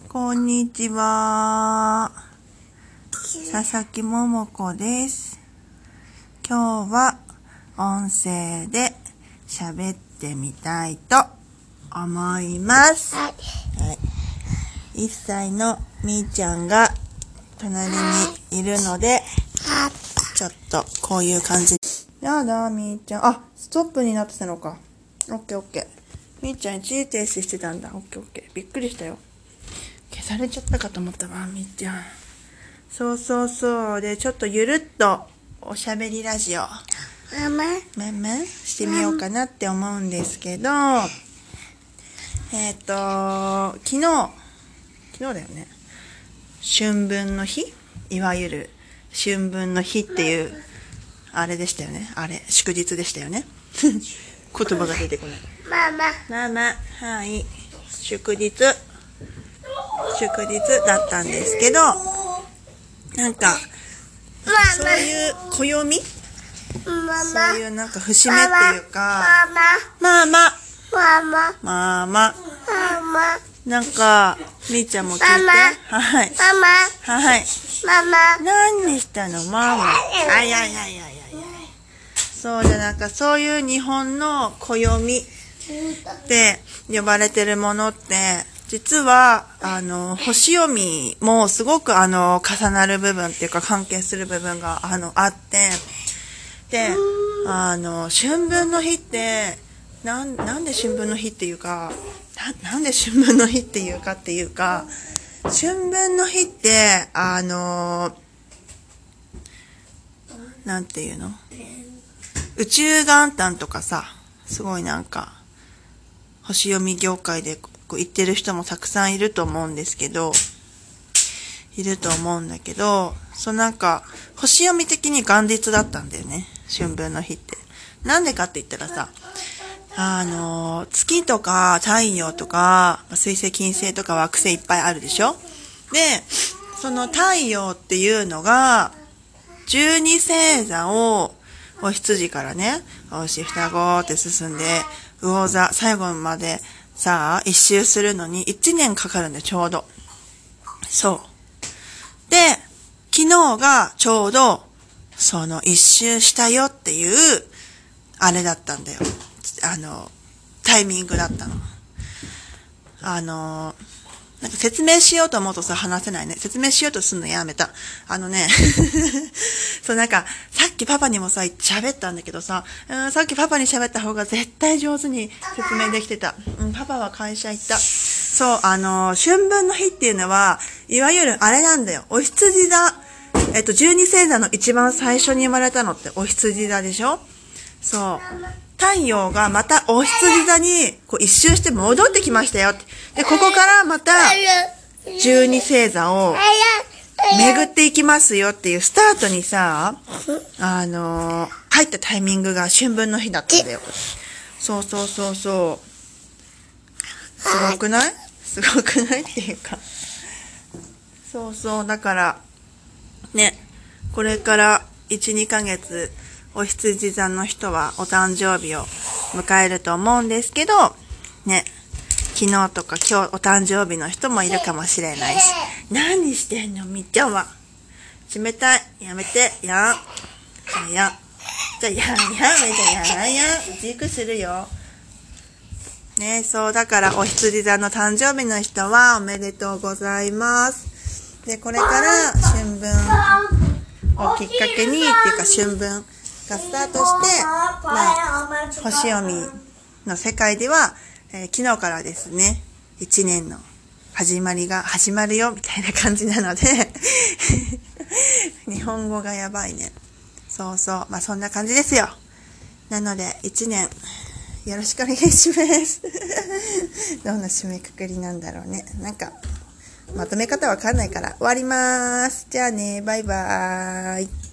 こんにちは。佐々木桃子です。今日は音声で喋ってみたいと思います。はい。1歳のみーちゃんが隣にいるので、ちょっとこういう感じ。やだ、みーちゃん。あ、ストップになってたのか。オッケーオッケー。みーちゃん一時停止してたんだ。オッケーオッケー。びっくりしたよ。消されちゃったかと思ったわ、みーちゃん。そう。で、ちょっとゆるっとおしゃべりラジオ。してみようかなって思うんですけど、昨日だよね。春分の日、いわゆる春分の日っていう、あれでしたよね。祝日でしたよね。言葉が出てこない。ママ、はい。祝日だったんですけど、なんか、そういう暦、そういうなんか節目っていうか、ママ、なんか、みーちゃんも聞いて。はい。はい。何したのママ。そうじゃなんかそういう日本の暦って呼ばれてるものって、実は、星読みもすごく重なる部分っていうか関係する部分があって、で、春分の日って、なんで春分の日っていうか、なんで春分の日っていうかっていうか、春分の日って、なんていうの？宇宙元旦とかさ、すごいなんか、星読み業界で言ってる人もたくさんいると思うんだけど、そうなんか、星読み的に元日だったんだよね、春分の日って。なんでかって言ったらさ、月とか太陽とか、水星、金星とか惑星いっぱいあるでしょ？で、その太陽っていうのが、十二星座を、お羊からね、お牛双子って進んで、魚座、最後までさ、一周するのに1年かかるんだよ、ちょうど。そう。で、昨日がちょうど、その一周したよっていう、あれだったんだよ。タイミングだったの。なんか説明しようと思うとさ、話せないね。説明しようとするのやめた。そうなんか、さっきパパにもさ、喋ったんだけどさ、さっきパパに喋った方が絶対上手に説明できてた。パパは会社行った。そう、春分の日っていうのは、いわゆるあれなんだよ。お羊座。十二星座の一番最初に生まれたのってお羊座でしょ？そう。太陽がまたお羊座にこう一周して戻ってきましたよって。で、ここからまた十二星座を巡っていきますよっていうスタートにさ、入ったタイミングが春分の日だったんだよ。そう。すごくないっていうか。だから、ね、これから1、2ヶ月、お羊座の人はお誕生日を迎えると思うんですけど、ね、昨日とか今日お誕生日の人もいるかもしれないし。何してんのみっちゃんは。冷たい。やめて。じゃあ軸するよ。ね、そう、だからお羊座の誕生日の人はおめでとうございます。で、これから春分をきっかけに、っていうか春分がスタートして、星読みの世界では、昨日からですね、1年の始まるよ、みたいな感じなので、日本語がやばいね。そう。そんな感じですよ。なので、1年、よろしくお願いします。どんな締めくくりなんだろうね。なんか、まとめ方わかんないから終わります。じゃあね、バイバーイ。